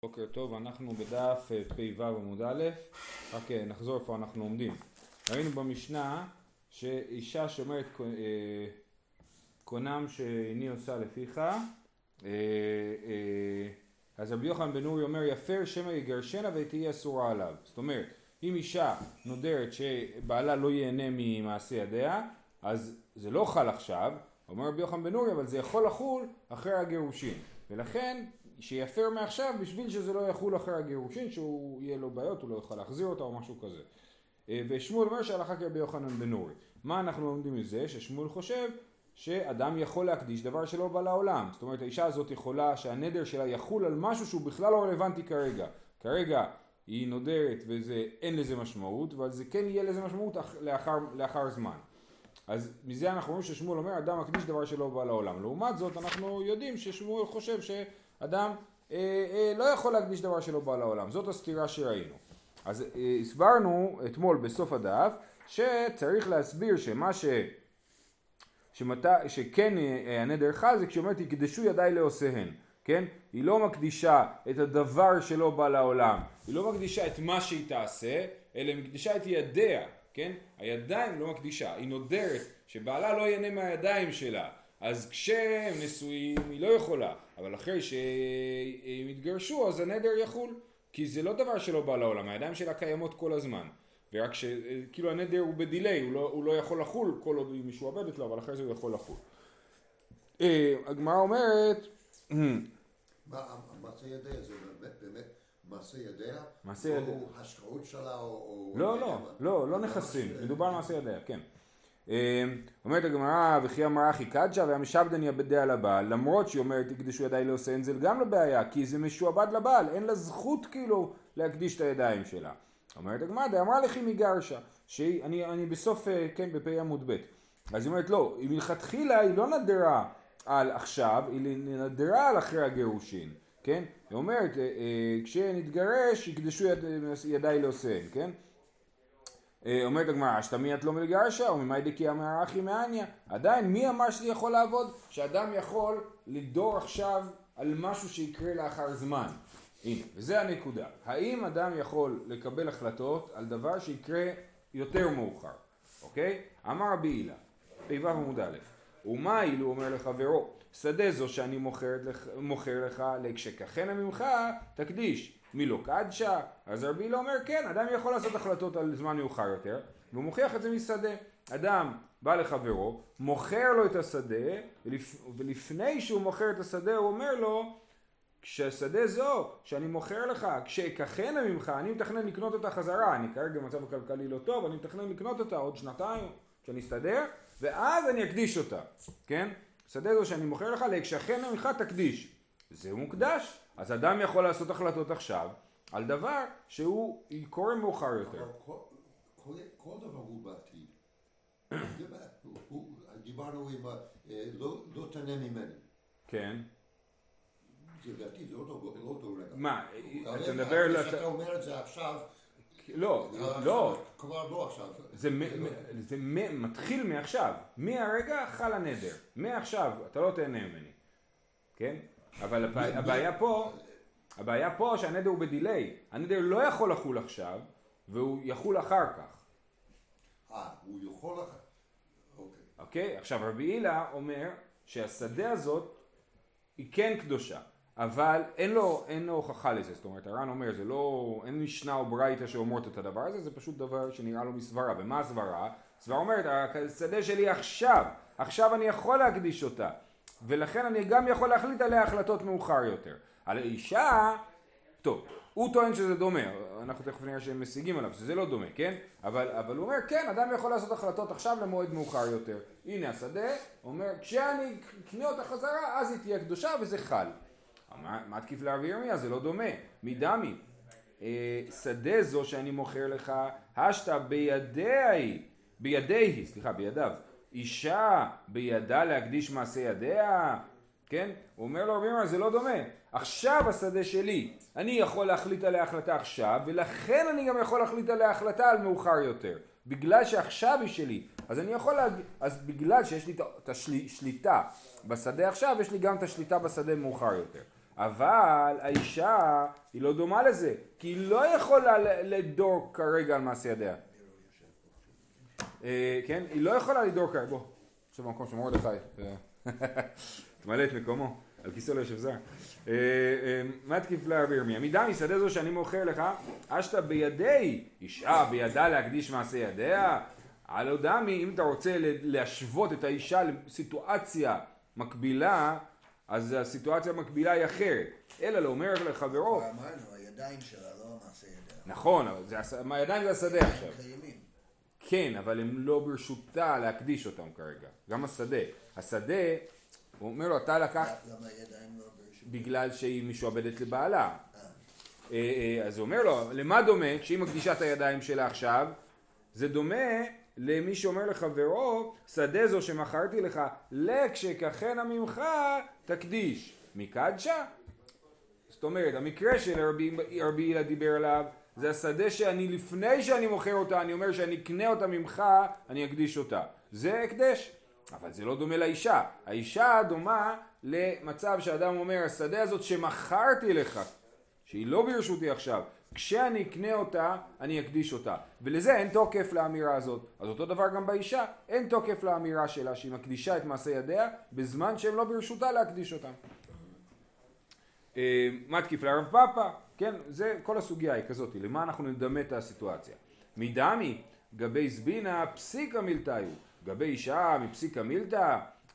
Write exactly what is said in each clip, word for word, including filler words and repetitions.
בוקר טוב, אנחנו בדף פ"ו עמוד א', רק נחזור איפה אנחנו עומדים. ראינו במשנה שאישה שאומרת קונם שאיני עושה לפיך, אז רבי יוחנן בן נורי אומר יפר שמא יגרשנה ותהיה אסורה עליו. זאת אומרת, אם אישה נודרת שבעלה לא ייהנה ממעשה ידיה, אז זה לא חל עכשיו, אומר רבי יוחנן בן נורי, אבל זה יכול לחול אחרי הגירושין, ולכן שיפר מעכשיו בשביל שזה לא יחול אחרי הגירושין, שהוא יהיה לו בעיות, הוא לא יוכל להחזיר אותה או משהו כזה. ושמואל אומר שהלכה כרבי יוחנן בן נורי. מה אנחנו לומדים מזה? ששמואל חושב שאדם יכול להקדיש דבר שלא בא לעולם. זאת אומרת, האישה הזאת יכולה שהנדר שלה יחול על משהו שהוא בכלל לא רלוונטי כרגע. כרגע היא נודרת ואין לזה משמעות, אבל זה כן יהיה לזה משמעות לאחר, לאחר זמן. אז מזה אנחנו רואים ששמואל אומר, אדם מקדיש דבר שלא בא לעולם. לעומת זאת, אנחנו יודעים ששמואל חושב ש... אדם אה, אה, לא יכול להקדיש דבר שלא בא לעולם. זאת הסתירה שראינו. אז אה, הסברנו אתמול בסוף הדף שצריך להסביר שמה ש... שמת... שכן אה, הנדר חל זה כשאומרת יקדשו ידיי לעושיהן. כן? היא לא מקדישה את הדבר שלא בא לעולם. היא לא מקדישה את מה שהיא תעשה, אלא מקדישה את ידיה. כן? הידיים לא מקדישה. היא נודרת שבעלה לא ייהנה מהידיים שלה. אז כשהם נשואים היא לא יכולה, אבל אחרי שהם יתגרשו אז הנדר יחול, כי זה לא דבר שלא בא לעולם, הידיים שלה קיימות כל הזמן, ורק שכאילו הנדר הוא בדילי, הוא לא, הוא לא יכול לחול כל עוד היא משועבדת לו, אבל אחרי זה הוא יכול לחול. הגמרא אומרת, מעשה ידיה זה באמת מעשה ידיה? מעשה ידיה. או השקעות שלה או... לא, לא, לא, לא נכסים, מדובר על מעשה ידיה, כן. אומרת הגמרא וכי אמרה אחי קדשה והמשעבדן יבדה על הבעל, למרות שהיא אומרת יקדשו ידיי לעושיהן, זה גם לא בעיה, כי זה משועבד לבעל, אין לה זכות כאילו להקדיש את הידיים שלה. אומרת הגמרא דאמרה לכי מגרשה, שאני אני בסוף כן בפי עמוד ב', אז היא אומרת לא, היא מלכתחילה היא לא נדרה על עכשיו, היא נדרה על אחרי הגירושין, כן? היא אומרת כשנתגרש יקדשו ידיי לעושיהן, כן? אומרת הגמרא, אשתמי את לא מלגרשה, או ממאי דקיה מהאחי מעניה. עדיין, מי אמר שזה יכול לעבוד? שאדם יכול לדור עכשיו על משהו שיקרה לאחר זמן. הנה, וזה הנקודה. האם אדם יכול לקבל החלטות על דבר שיקרה יותר מאוחר? אוקיי? אמר רבי הילה, פ"ו עמוד א', ומה אילו אומר לחברו? שדה זו שאני מוכר לך, מוכר לך לכשכחנה ממך, תקדיש. מי לא קדשה? אז רבי הילה אומר כן, אדם יכול לעשות החלטות על זמן מאוחר יותר, והוא מוכיח את זה משדה. אדם בא לחברו, מוכר לו את השדה, ולפ... ולפני שהוא מוכר את השדה הוא אומר לו, כשהשדה זו שאני מוכר לך, כשכחנה ממך, אני מתכנן לקנות אותה חזרה, אני כרגע במצב הכלכלי לא טוב, אני מתכנן לקנות אותה עוד שנתיים, כשאני אסתדר, ואז אני אקדיש אותה, כן? שדה זו שאני מוכר לך, כשכחנה ממך תקדיש. זה מוקדש. אז אדם יכול לעשות החלטות עכשיו על דבר שהוא קורה מאוחר יותר. כל דבר הוא בעתיד. דיברנו עם לא תנה ממני. כן. זה בעתיד, זה לא אותו רגע. מה, אתה מדבר... אתה אומר את זה עכשיו... לא, לא. כבר לא עכשיו. זה מתחיל מעכשיו. מהרגע חל הנדר. מעכשיו, אתה לא תהנה ממני. כן? אבל הבעיה פה, הבעיה פה שהנדר הוא בדילי. הנדר לא יכול לחול עכשיו, והוא יחול אחר כך. אה, הוא יכול אחר. אוקיי. אוקיי? עכשיו רבי הילה אומר שהשדה הזאת היא כן קדושה, אבל אין לו, אין לו הוכחה לזה. זאת אומרת, הר"ן אומר, זה לא, אין משנה או ברייתא שאומרות את הדבר הזה, זה פשוט דבר שנראה לו מסברה. ומה הסברה? הסברה אומרת, השדה שלי עכשיו, עכשיו אני יכול להקדיש אותה. ולכן אני גם יכול להחליט עליה החלטות מאוחר יותר. על האישה, טוב, הוא טוען שזה דומה, אנחנו תכף נראה שהם משיגים עליו, שזה לא דומה, כן? אבל, אבל הוא אומר, כן, אדם יכול לעשות החלטות עכשיו למועד מאוחר יותר. הנה השדה, הוא אומר, כשאני אקנה אותה חזרה, אז היא תהיה קדושה וזה חל. מה, מה תקיף לרבי ירמיה? זה לא דומה. מדמי, אה, שדה זו שאני מוכר לך, השתה בידי, בידי, סליחה, בידיו. אישה בידה להקדיש מעשה ידיה, כן? הוא אומר לו, רבי ירמיה, זה לא דומה. עכשיו השדה שלי, אני יכול להחליט עליה החלטה עכשיו, ולכן אני גם יכול להחליט עליה החלטה על מאוחר יותר. בגלל שעכשיו היא שלי, אז אני יכול להגיד, אז בגלל שיש לי את השליטה בשדה עכשיו, יש לי גם את השליטה בשדה מאוחר יותר. אבל האישה היא לא דומה לזה, כי היא לא יכולה לדור כרגע על מעשה ידיה. כן? היא לא יכולה לדור כרגע. בוא, עכשיו במקום של מרדכי. תמלא את מקומו, על כיסא לא יושב זר. מה תקיף לרבי ירמיה? מידה משדה זו שאני מוכר לך, אשתה בידי, אישה בידה להקדיש מעשה ידיה. הלא דמי, אם אתה רוצה להשוות את האישה לסיטואציה מקבילה, אז הסיטואציה המקבילה היא אחרת. אלא לא אומר לחברו. אמרנו, הידיים שלה לא מעשה ידיה. נכון, הידיים זה השדה עכשיו. קיימים. כן, אבל הם לא ברשותה להקדיש אותם כרגע. גם השדה. השדה, הוא אומר לו, אתה לקח... למה הידיים לא ברשותה? בגלל שהיא משועבדת לבעלה. אז הוא אומר לו, למה דומה? כשהיא מקדישה את הידיים שלה עכשיו, זה דומה למי שאומר לחברו, שדה זו שמכרתי לך, לכשכחנה ממך תקדיש. מקדשה? זאת אומרת, המקרה של רבי הילה דיבר עליו, זה השדה שאני לפני שאני מוכר אותה, אני אומר שאני אקנה אותה ממך, אני אקדיש אותה. זה הקדש. אבל זה לא דומה לאישה. האישה דומה למצב שאדם אומר, השדה הזאת שמכרתי לך, שהיא לא ברשותי עכשיו, כשאני אקנה אותה, אני אקדיש אותה. ולזה אין תוקף לאמירה הזאת. אז אותו דבר גם באישה, אין תוקף לאמירה שלה שהיא מקדישה את מעשה ידיה, בזמן שהם לא ברשותה להקדיש אותם. מה תקיף לרב פאפה? כן, זה כל הסוגיה היא כזאת, למה אנחנו נדמה את הסיטואציה. מדמי, גבי זבינה, פסיקה מילתאיו. גבי אישה, מפסיקה מילתא,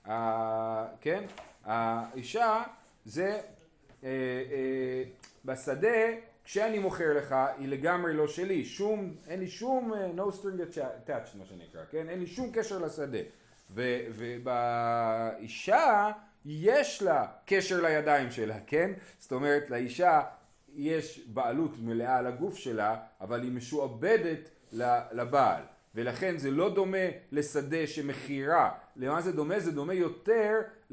כן, האישה זה אה, אה, בשדה, כשאני מוכר לך, היא לגמרי לא שלי, שום, אין לי שום, no string attached, מה שנקרא, כן, אין לי שום קשר לשדה. ו, ובאישה, יש לה קשר לידיים שלה, כן? זאת אומרת, לאישה יש בעלות מלאה על הגוף שלה, אבל היא משועבדת לבעל. ולכן זה לא דומה לשדה שמחירה. למה זה דומה? זה דומה יותר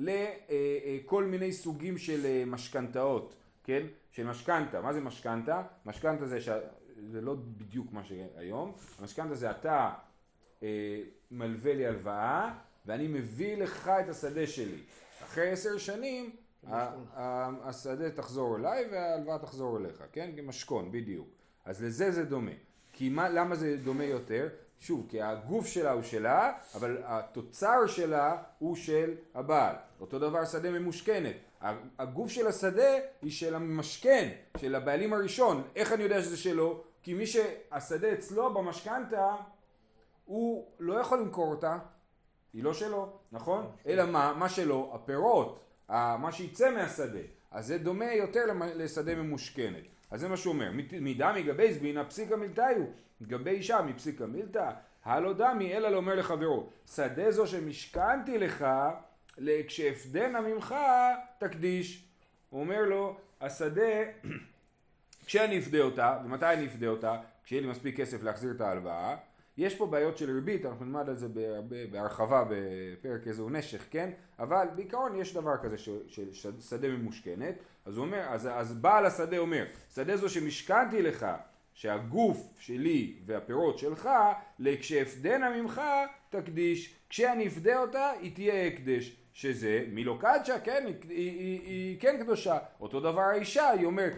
לכל מיני סוגים של משכנתאות, כן? של משכנתה. מה זה משכנתה? משכנתה זה, ש... זה לא בדיוק מה שהיום. המשכנתה זה אתה אה, מלווה לי הלוואה, ואני מביא לך את השדה שלי. אחרי עשר שנים, השדה תחזור אליי וההלוואה תחזור אליך, כן? משכון, בדיוק. אז לזה זה דומה. כי מה, למה זה דומה יותר? שוב, כי הגוף שלה הוא שלה, אבל התוצר שלה הוא של הבעל. אותו דבר שדה ממושכנת. הגוף של השדה היא של המשכן, של הבעלים הראשון. איך אני יודע שזה שלו? כי מי שהשדה אצלו במשכנתה, הוא לא יכול למכור אותה. היא לא שלו, נכון? אלא מה? מה שלו? הפירות, מה שיצא מהשדה. אז זה דומה יותר לשדה ממושכנת. אז זה מה שהוא אומר. מידה מגבי זבינה פסיקה מילתאיו. גבי אישה מפסיקה מילתא. הלא דמי אלא לא אומר לחברו. שדה זו שמשכנתי לך, כשאפדנה ממך תקדיש. הוא אומר לו, השדה, כשאני אפדה אותה, ומתי אני אפדה אותה? כשיהיה לי מספיק כסף להחזיר את ההלוואה. יש פה בעיות של ריבית, אנחנו נלמד על זה בהרחבה בפרק איזו נשך, כן? אבל בעיקרון יש דבר כזה של שדה ממושכנת. אז הוא אומר, אז, אז בעל השדה אומר, שדה זו שמשכנתי לך, שהגוף שלי והפירות שלך, כשאפדנה ממך תקדיש, כשאני אפדה אותה היא תהיה הקדש, שזה מילו קדשה, כן, היא, היא, היא, היא כן קדושה. אותו דבר האישה, היא אומרת,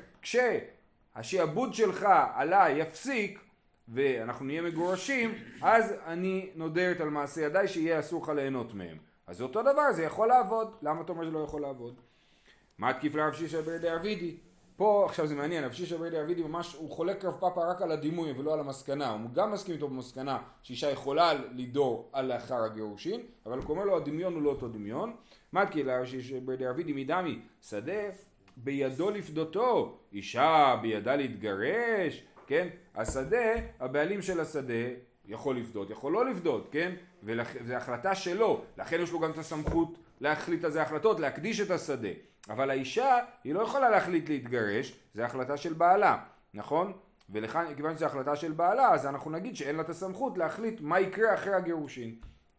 כשהשעבוד שלך עליי יפסיק, ואנחנו נהיה מגורשים, אז אני נודרת על מעשה ידיי שיהיה אסור לך ליהנות מהם. אז אותו דבר, זה יכול לעבוד. למה אתה אומר שזה לא יכול לעבוד? מה תקיף לרב שישה בר דאבידי? פה, עכשיו זה מעניין, רב שישה בר דאבידי ממש, הוא חולק רב פאפה רק על הדימוי ולא על המסקנה. הוא גם מסכים איתו במסקנה שאישה יכולה לדור על לאחר הגירושין, אבל הוא אומר לו, הדמיון הוא לא אותו דמיון. מה תקיף לרב שישה בר דאבידי מדמי? שדה בידו לפדותו, אישה בידה להתגרש, כן? השדה, הבעלים של השדה יכול לפדות, יכול לא לפדות, כן? וזו החלטה שלו, לכן יש לו גם את הסמכות להחליט על זה החלטות, להקדיש את השדה. אבל האישה, היא לא יכולה להחליט להתגרש, זו החלטה של בעלה, נכון? ולכן, כיוון שזו החלטה של בעלה, אז אנחנו נגיד שאין לה את הסמכות להחליט מה יקרה אחרי הגירושין.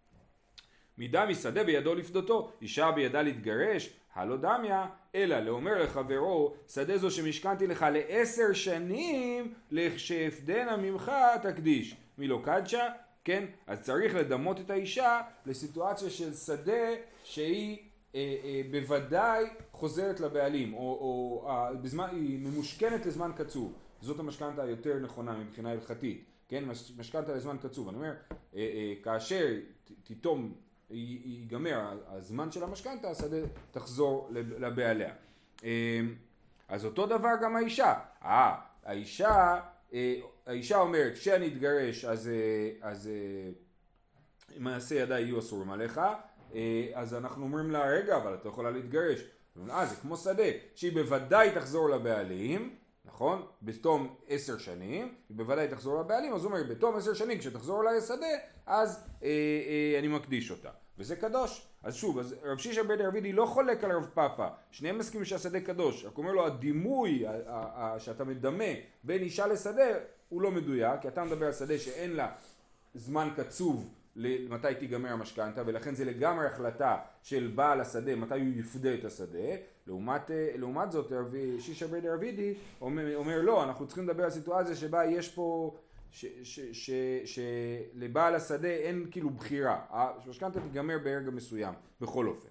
מידה משדה בידו לפדותו, אישה בידה להתגרש, הלא דמיה, אלא לאומר לחברו, שדה זו שמשכנתי לך לעשר שנים, לכשאפדנה ממך תקדיש. מילו קדשה, כן? אז צריך לדמות את האישה לסיטואציה של שדה שהיא אה, אה, בוודאי חוזרת לבעלים, או, או אה, בזמן, היא ממושכנת לזמן קצוב. זאת המשכנתא היותר נכונה מבחינה הלכתית, כן? משכנתא לזמן קצוב. אני אומר, אה, אה, כאשר תתום, ייגמר הזמן של המשכנתא, השדה תחזור לבעליה. אה, אז אותו דבר גם האישה. אה, האישה, אה, האישה אומרת, כשאני אתגרש, אז, אה, אז אה, מעשה ידיי יהיו אסורים עליך, אז אנחנו אומרים לה, רגע, אבל אתה יכולה להתגרש. אה, זה כמו שדה, שהיא בוודאי תחזור לבעלים, נכון? בתום עשר שנים, היא בוודאי תחזור לבעלים, אז הוא אומר, בתום עשר שנים, כשתחזור אליי השדה, אז אה, אה, אני מקדיש אותה. וזה קדוש. אז שוב, אז רב שישה בן דרבידי לא חולק על רב פאפא, שניהם מסכימים שהשדה קדוש, רק אומר לו, הדימוי שאתה מדמה בין אישה לשדה, הוא לא מדויק, כי אתה מדבר על שדה שאין לה זמן קצוב, מתי תיגמר המשכנתא, ולכן זה לגמרי החלטה של בעל השדה, מתי הוא יפדה את השדה. לעומת, לעומת זאת, שישה בן דרבידי אומר, אומר לא, אנחנו צריכים לדבר על סיטואציה שבה יש פה, שלבעל השדה אין כאילו בחירה, המשכנתא תיגמר ברגע מסוים, בכל אופן.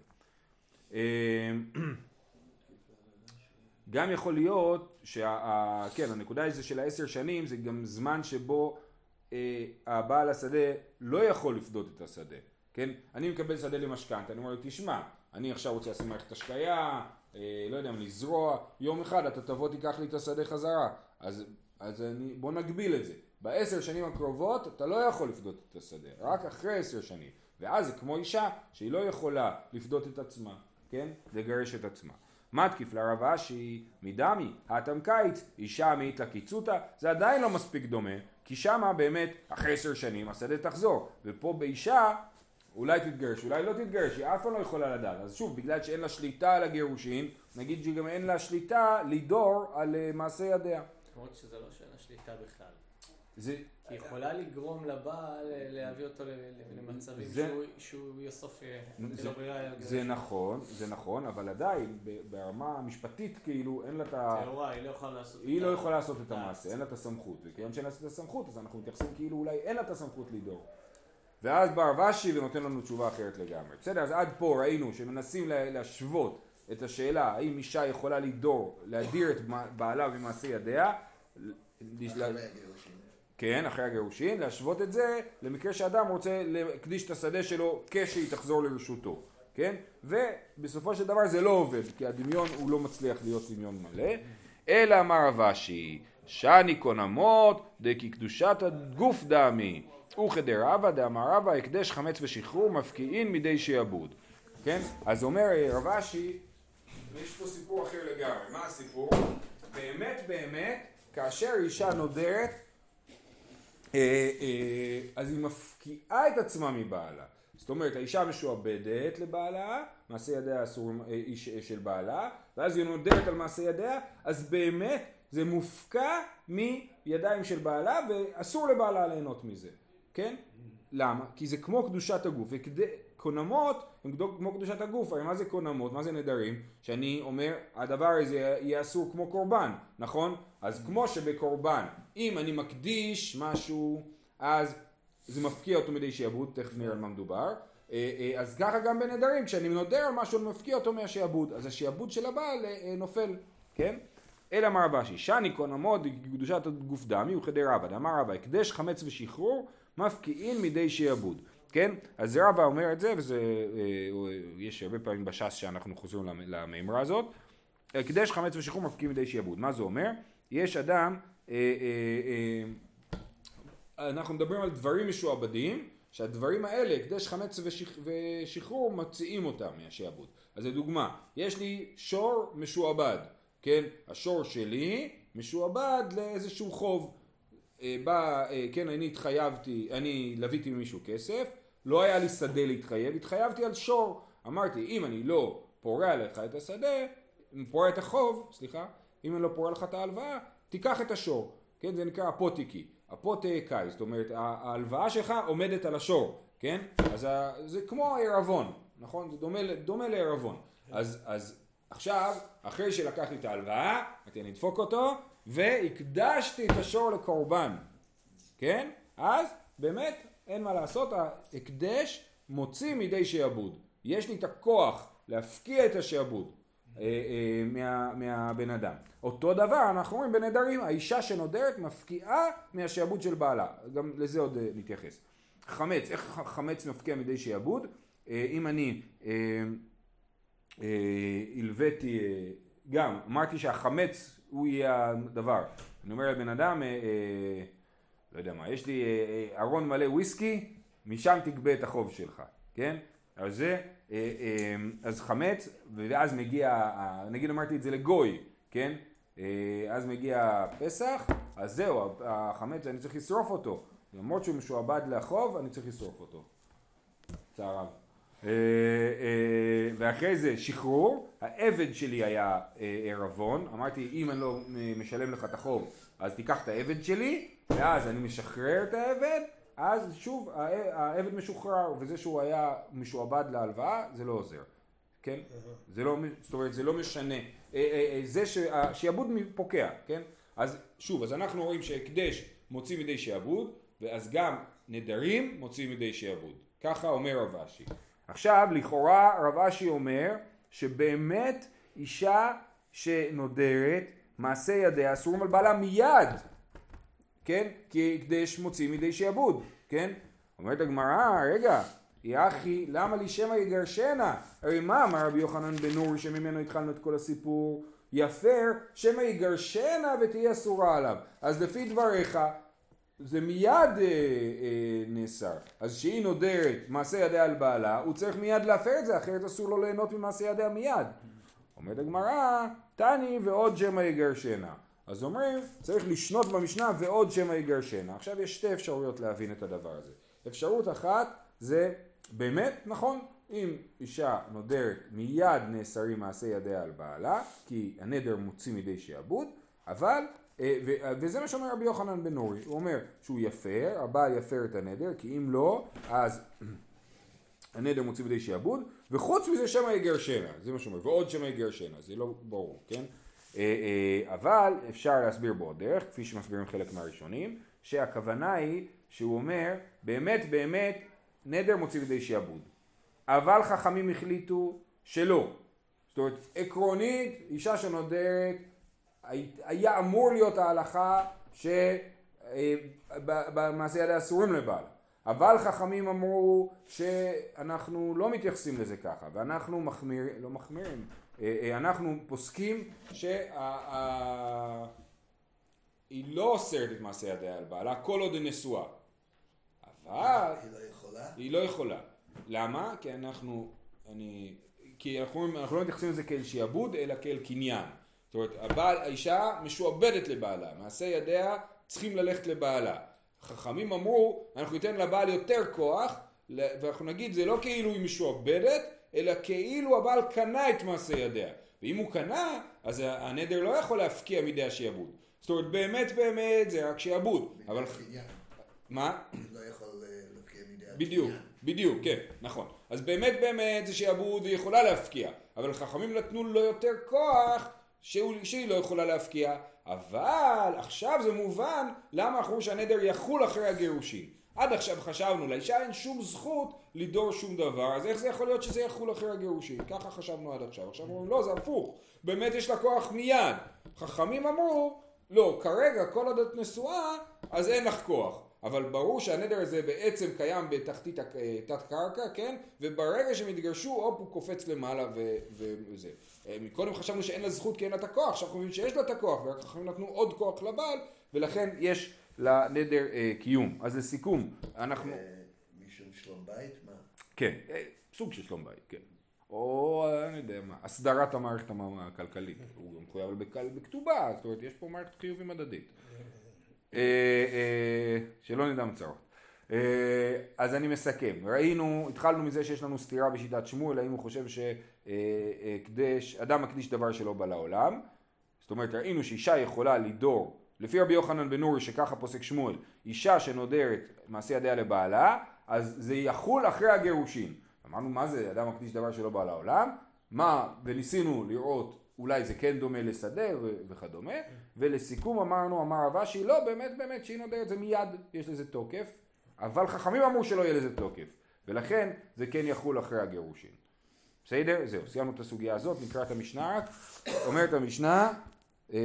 גם יכול להיות, שה, כן, הנקודה היא של העשר שנים, זה גם זמן שבו הבעל השדה לא יכול לפדות את השדה, כן? אני מקבל שדה למשכנתא, אני אומר לו, תשמע, אני עכשיו רוצה לשים מערכת השקיה, לא יודע, לזרוע, יום אחד אתה תבוא תיקח לי את השדה חזרה, אז, אז אני, בוא נגביל את זה. בעשר שנים הקרובות אתה לא יכול לפדות את השדה, רק אחרי עשר שנים, ואז זה כמו אישה שהיא לא יכולה לפדות את עצמה, כן? לגרש את עצמה. מתקיף לרב אשי מדמי, האטם קיץ, אישה מאית לקיצותה, זה עדיין לא מספיק דומה, כי שמה באמת אחרי עשר שנים השדה תחזור, ופה באישה אולי תתגרש, אולי לא תתגרש, היא אף פעם לא יכולה לדעת. אז שוב, בגלל שאין לה שליטה על הגירושין, נגיד שגם אין לה שליטה לדור על uh, מעשה ידיה. למרות שזה לא שאין לה שליטה בכלל. זה... היא יכולה לגרום לבעל להביא אותו למצבים זה... שהוא, שהוא יוסוף זה... זה נכון, זה נכון, אבל עדיין ברמה המשפטית כאילו אין לה את ה... תאורה, היא לא יכולה לעשות היא לא יכולה לעשות את המעשה, אין לה את הסמכות, וכיוון שאין לה את הסמכות אז אנחנו מתייחסים כאילו אולי אין לה את הסמכות לדור. ואז בא רב אשי ונותן לנו תשובה אחרת לגמרי. בסדר, אז עד פה ראינו שמנסים להשוות את השאלה האם אישה יכולה לדור, להדיר את בעלה במעשה ידיה, כן, אחרי הגירושין, להשוות את זה למקרה שאדם רוצה להקדיש את השדה שלו כשהיא תחזור לרשותו, כן? ובסופו של דבר זה לא עובד, כי הדמיון הוא לא מצליח להיות דמיון מלא, אלא אמר רב אשי, שאני קונמות דקי קדושת הגוף דמי, וכדרבא דאמר רבא הקדש חמץ ושחרור מפקיעין מדי שיעבוד, כן? אז אומר רב אשי, יש פה סיפור אחר לגמרי, מה הסיפור? באמת באמת, כאשר אישה נודרת, אז היא מפקיעה את עצמה מבעלה. זאת אומרת, האישה משועבדת לבעלה, מעשה ידיה אסור של בעלה, ואז היא נודרת על מעשה ידיה, אז באמת זה מופקע מידיים של בעלה, ואסור לבעלה ליהנות מזה. כן? למה? כי זה כמו קדושת הגוף. קונמות הם כמו קדושת הגוף. הרי מה זה קונמות? מה זה נדרים? שאני אומר, הדבר הזה יהיה אסור כמו קורבן, נכון? אז כמו שבקורבן, אם אני מקדיש משהו, אז זה מפקיע אותו מדי שיעבוד, תכף נראה על מה מדובר. אז ככה גם בנדרים, כשאני נודר על משהו, אני מפקיע אותו מהשיעבוד. אז השיעבוד של הבעל נופל, כן? אלא אמר רב אשי, שאני קונמות קדושת הגוף דמי וכדרבא, אמר רבא, הקדש חמץ ושחרור מפקיעין מדי שיעבוד, כן? אז רבא אומר את זה, וזה, יש הרבה פעמים בש"ס שאנחנו חוזרים למימרה הזאת, הקדש חמץ ושחרור מפקיעין מדי שיעבוד. מה זה אומר? יש אדם, אנחנו מדברים על דברים משועבדים, שהדברים האלה, הקדש חמץ ושחרור, מציעים אותם מהשיעבוד. אז לדוגמה, יש לי שור משועבד, כן? השור שלי משועבד לאיזשהו חוב. בא, כן, אני התחייבתי, אני לוויתי ממישהו כסף, לא היה לי שדה להתחייב, התחייבתי על שור. אמרתי, אם אני לא פורע לך את השדה, פורע את החוב, סליחה, אם אני לא פורע לך את ההלוואה, תיקח את השור. כן, זה נקרא אפוטיקי, אפוטיקאי, זאת אומרת, ההלוואה שלך עומדת על השור, כן? אז זה כמו הערבון, נכון? זה דומה, דומה לערבון. אז, אז עכשיו, אחרי שלקחתי את ההלוואה, אני נדפוק אותו, והקדשתי את השור לקורבן, כן? אז באמת אין מה לעשות, ההקדש מוציא מידי שיעבוד. יש לי את הכוח להפקיע את השעבוד אה, אה, מה, מהבן אדם. אותו דבר אנחנו אומרים בנדרים, האישה שנודרת מפקיעה מהשעבוד של בעלה, גם לזה עוד אה, נתייחס. חמץ, איך חמץ מפקיע מידי שעבוד? אה, אם אני אה, אה, הלוויתי, אה, גם אמרתי שהחמץ הוא יהיה הדבר, אני אומר לבן אדם, אה, אה, לא יודע מה, יש לי אה, ארון מלא וויסקי, משם תגבה את החוב שלך, כן? אז זה, אז חמץ, ואז מגיע, נגיד אמרתי את זה לגוי, כן? אז מגיע פסח, אז זהו, החמץ, אני צריך לשרוף אותו. למרות שהוא משועבד לחוב, אני צריך לשרוף אותו. צערם. ואחרי זה שחרור, העבד שלי היה ערבון, אמרתי אם אני לא משלם לך את החוב, אז תיקח את העבד שלי, ואז אני משחרר את העבד, אז שוב העבד משוחרר, וזה שהוא היה משועבד להלוואה, זה לא עוזר, כן? זה לא, זאת אומרת, זה לא משנה, זה שהשעבוד פוקע, כן? אז שוב, אז אנחנו רואים שהקדש מוציא מידי שעבוד, ואז גם נדרים מוציא מידי שעבוד, ככה אומר רב אשי. עכשיו, לכאורה רב אשי אומר שבאמת אישה שנודרת, מעשה ידיה אסורים על בעלה מיד, כן? כי הקדש מוציא מידי שעבוד, כן? אומרת הגמרא, רגע, יחי, למה לי שמא יגרשנה? הרי מה אמר רבי יוחנן בן נורי שממנו התחלנו את כל הסיפור? יפר, שמא יגרשנה ותהיה אסורה עליו. אז לפי דבריך, זה מיד אה, אה, נאסר. אז שהיא נודרת מעשה ידיה על בעלה, הוא צריך מיד להפר את זה, אחרת אסור לו ליהנות ממעשה ידיה מיד. אומרת הגמרא, תני ועוד שמא יגרשנה. אז אומרים, צריך לשנות במשנה ועוד שמא יגרשנה. עכשיו יש שתי אפשרויות להבין את הדבר הזה. אפשרות אחת זה באמת נכון, אם אישה נודרת מיד נאסרים מעשה ידיה על בעלה, כי הנדר מוציא מידי שעבוד, אבל, וזה מה שאומר רבי יוחנן בן נורי, הוא אומר שהוא יפר, הבעל יפר את הנדר, כי אם לא, אז הנדר מוציא מידי שעבוד, וחוץ מזה שמא יגרשנה, זה מה שאומר, ועוד שמא יגרשנה, זה לא ברור, כן? אבל אפשר להסביר בו דרך, כפי שמסבירים חלק מהראשונים, שהכוונה היא שהוא אומר, באמת באמת נדר מוציא לידי שעבוד. אבל חכמים החליטו שלא. זאת אומרת, עקרונית, אישה שנודרת, היה אמור להיות ההלכה שבמעשה ידיה אסורים לבעל. אבל חכמים אמרו שאנחנו לא מתייחסים לזה ככה, ואנחנו מחמיר, לא מחמירים, אנחנו פוסקים שהיא לא אוסרת את מעשה ידיה על בעלה, כל עוד היא נשואה. אבל היא לא יכולה? היא לא יכולה. למה? כי אנחנו, אני, כי אנחנו, אנחנו לא מתייחסים לזה כאל שעבוד, אלא כאל קניין. זאת אומרת, הבעל, האישה משועבדת לבעלה, מעשה ידיה צריכים ללכת לבעלה. חכמים אמרו, אנחנו ניתן לבעל יותר כוח, ואנחנו נגיד, זה לא כאילו היא משועבדת, אלא כאילו הבעל קנה את מעשה ידיה. ואם הוא קנה, אז הנדר לא יכול להפקיע מידי השעבוד. זאת אומרת, באמת באמת זה רק שעבוד. אבל מה? לא יכול להפקיע מידי הקניין. בדיוק, בדיוק, כן, נכון. אז באמת באמת זה שעבוד היא יכולה להפקיע. אבל חכמים נתנו לו יותר כוח שהיא לא יכולה להפקיע. אבל עכשיו זה מובן למה אנחנו שהנדר יחול אחרי הגירושים. עד עכשיו חשבנו, לאישה אין שום זכות לדור שום דבר, אז איך זה יכול להיות שזה יחול אחרי הגירושים? ככה חשבנו עד עכשיו. עכשיו אומרים, לא, זה הפוך. באמת יש לה כוח מיד. חכמים אמרו, לא, כרגע כל עוד את נשואה, אז אין לך כוח. אבל ברור שהנדר הזה בעצם קיים בתחתית תת קרקע, כן? וברגע שמתגרשו, אופ, הוא קופץ למעלה ו- וזה. מקודם חשבנו שאין לה זכות כי אין לה את הכוח, עכשיו אנחנו מבינים שיש לה את הכוח, ורק חכמים נתנו עוד כוח לבעל, ולכן יש לנדר אה, קיום. אז לסיכום, אנחנו... משום שלום בית? מה? כן, אה, סוג של שלום בית, כן. או, אני יודע מה, הסדרת המערכת הכלכלית. הוא גם מחויב בכתובה, זאת אומרת, יש פה מערכת חיובים מדדית. שלא נדע מצרות. אז אני מסכם. ראינו, התחלנו מזה שיש לנו סתירה בשיטת שמואל, האם הוא חושב שאדם מקדיש דבר שלא בא לעולם. זאת אומרת, ראינו שאישה יכולה לדור, לפי רבי יוחנן בן נורי שככה פוסק שמואל, אישה שנודרת מעשה ידיה לבעלה, אז זה יחול אחרי הגירושים. אמרנו, מה זה, אדם מקדיש דבר שלא בא לעולם? מה, וניסינו לראות אולי זה כן דומה לסדר וכדומה, ולסיכום אמרנו, אמר רב אשי, לא, באמת, באמת, שהיא נודרת זה מיד, יש לזה תוקף, אבל חכמים אמרו שלא יהיה לזה תוקף, ולכן זה כן יחול אחרי הגירושים. בסדר? זהו, סיימנו את הסוגיה הזאת, נקרא את המשנה רק. אומרת המשנה, אה,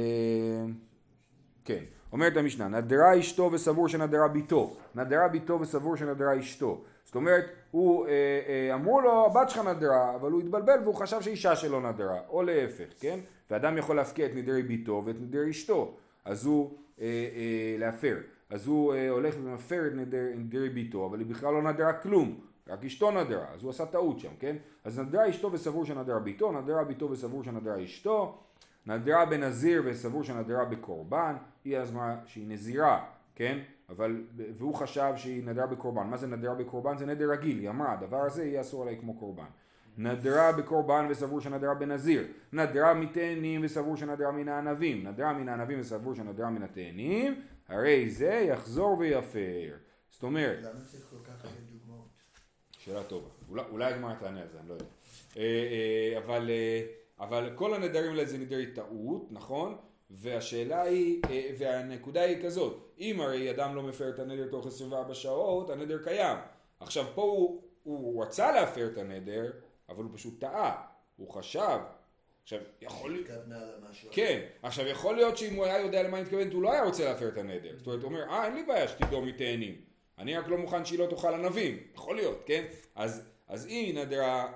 כן, אומרת המשנה, נדרה אשתו וסבור שנדרה ביתו, נדרה ביתו וסבור שנדרה אשתו. זאת אומרת, הוא, אה, אה, אמרו לו, הבת שלך נדרה, אבל הוא התבלבל והוא חשב שאישה שלו נדרה, או להפך, כן? ואדם יכול להפקיע את נדרי ביתו ואת נדרי אשתו, אז הוא אה, אה, להפר. אז הוא אה, הולך ומפר את נדר, נדרי ביתו, אבל היא בכלל לא נדרה כלום, רק אשתו נדרה, אז הוא עשה טעות שם, כן? אז נדרה אשתו וסבור שנדרה ביתו, נדרה ביתו וסבור שנדרה אשתו, נדרה בנזיר וסבור שנדרה בקורבן, היא אמרה שהיא נזירה, כן? אבל, והוא חשב שהיא נדרה בקורבן. מה זה נדרה בקורבן? זה נדר רגיל, היא אמרה, הדבר הזה יהיה אסור עליי כמו קורבן. נדרה בקורבן וסבור שנדרה בנזיר, נדרה מתאנים וסבור שנדרה מן הענבים, נדרה מן הענבים וסבור שנדרה מן התאנים, הרי זה יחזור ויפר. זאת אומרת, למה צריך כל כך הרבה דוגמאות? שאלה טובה, אולי, אולי הגמרא תענה על זה, אני לא יודע. אה, אה, אבל, אה, אבל כל הנדרים האלה זה נדרי טעות, נכון? והשאלה היא, אה, והנקודה היא כזאת, אם הרי אדם לא מפר את הנדר תוך עשרים וארבע שעות, הנדר קיים. עכשיו פה הוא, הוא רצה להפר את הנדר, אבל הוא פשוט טעה, הוא חשב. עכשיו, יכול להיות... התכוונה למשהו. כן, עכשיו יכול להיות שאם הוא היה יודע למה מתכוונת, הוא לא היה רוצה להפר את הנדר. זאת אומרת, הוא אומר, אה, אין לי בעיה שתדעו מתאנים. אני רק לא מוכן שהיא לא תאכל ענבים. יכול להיות, כן? אז, אז אם היא נדרה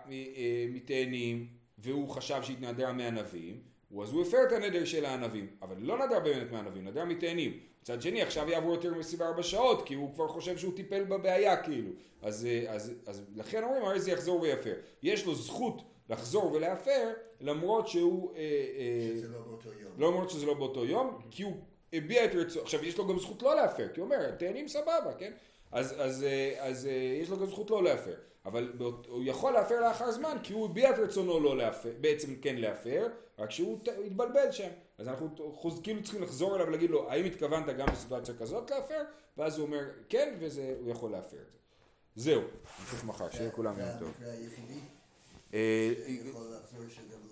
מתאנים, והוא חשב שהיא נדרה מענבים, אז הוא הפר את הנדר של הענבים. אבל לא נדרה באמת מענבים, נדרה מתאנים. מצד שני, עכשיו יעבור יותר מ-עשרים וארבע שעות, כי הוא כבר חושב שהוא טיפל בבעיה, כאילו. אז, אז, אז לכן אומרים, הרי זה יחזור ויפר. יש לו זכות לחזור ולהפר, למרות שהוא... שזה לא באותו יום. לא למרות שזה לא באותו יום, כי הוא הביע את רצונו. עכשיו, יש לו גם זכות לא להפר, כי הוא אומר, תהנים סבבה, כן? אז, אז, אז, אז יש לו גם זכות לא להפר. אבל הוא יכול להפר לאחר זמן, כי הוא הביע את רצונו לא להפר, בעצם כן להפר, רק שהוא התבלבל שם. אז אנחנו כאילו צריכים לחזור אליו ולהגיד לו, האם התכוונת גם בסיטואציה כזאת להפר? ואז הוא אומר, כן, והוא יכול להפר את זה. זהו, נמשיך מחר, שיהיה כולם יום טוב. והיחידי? אה, יכול לחזור שזה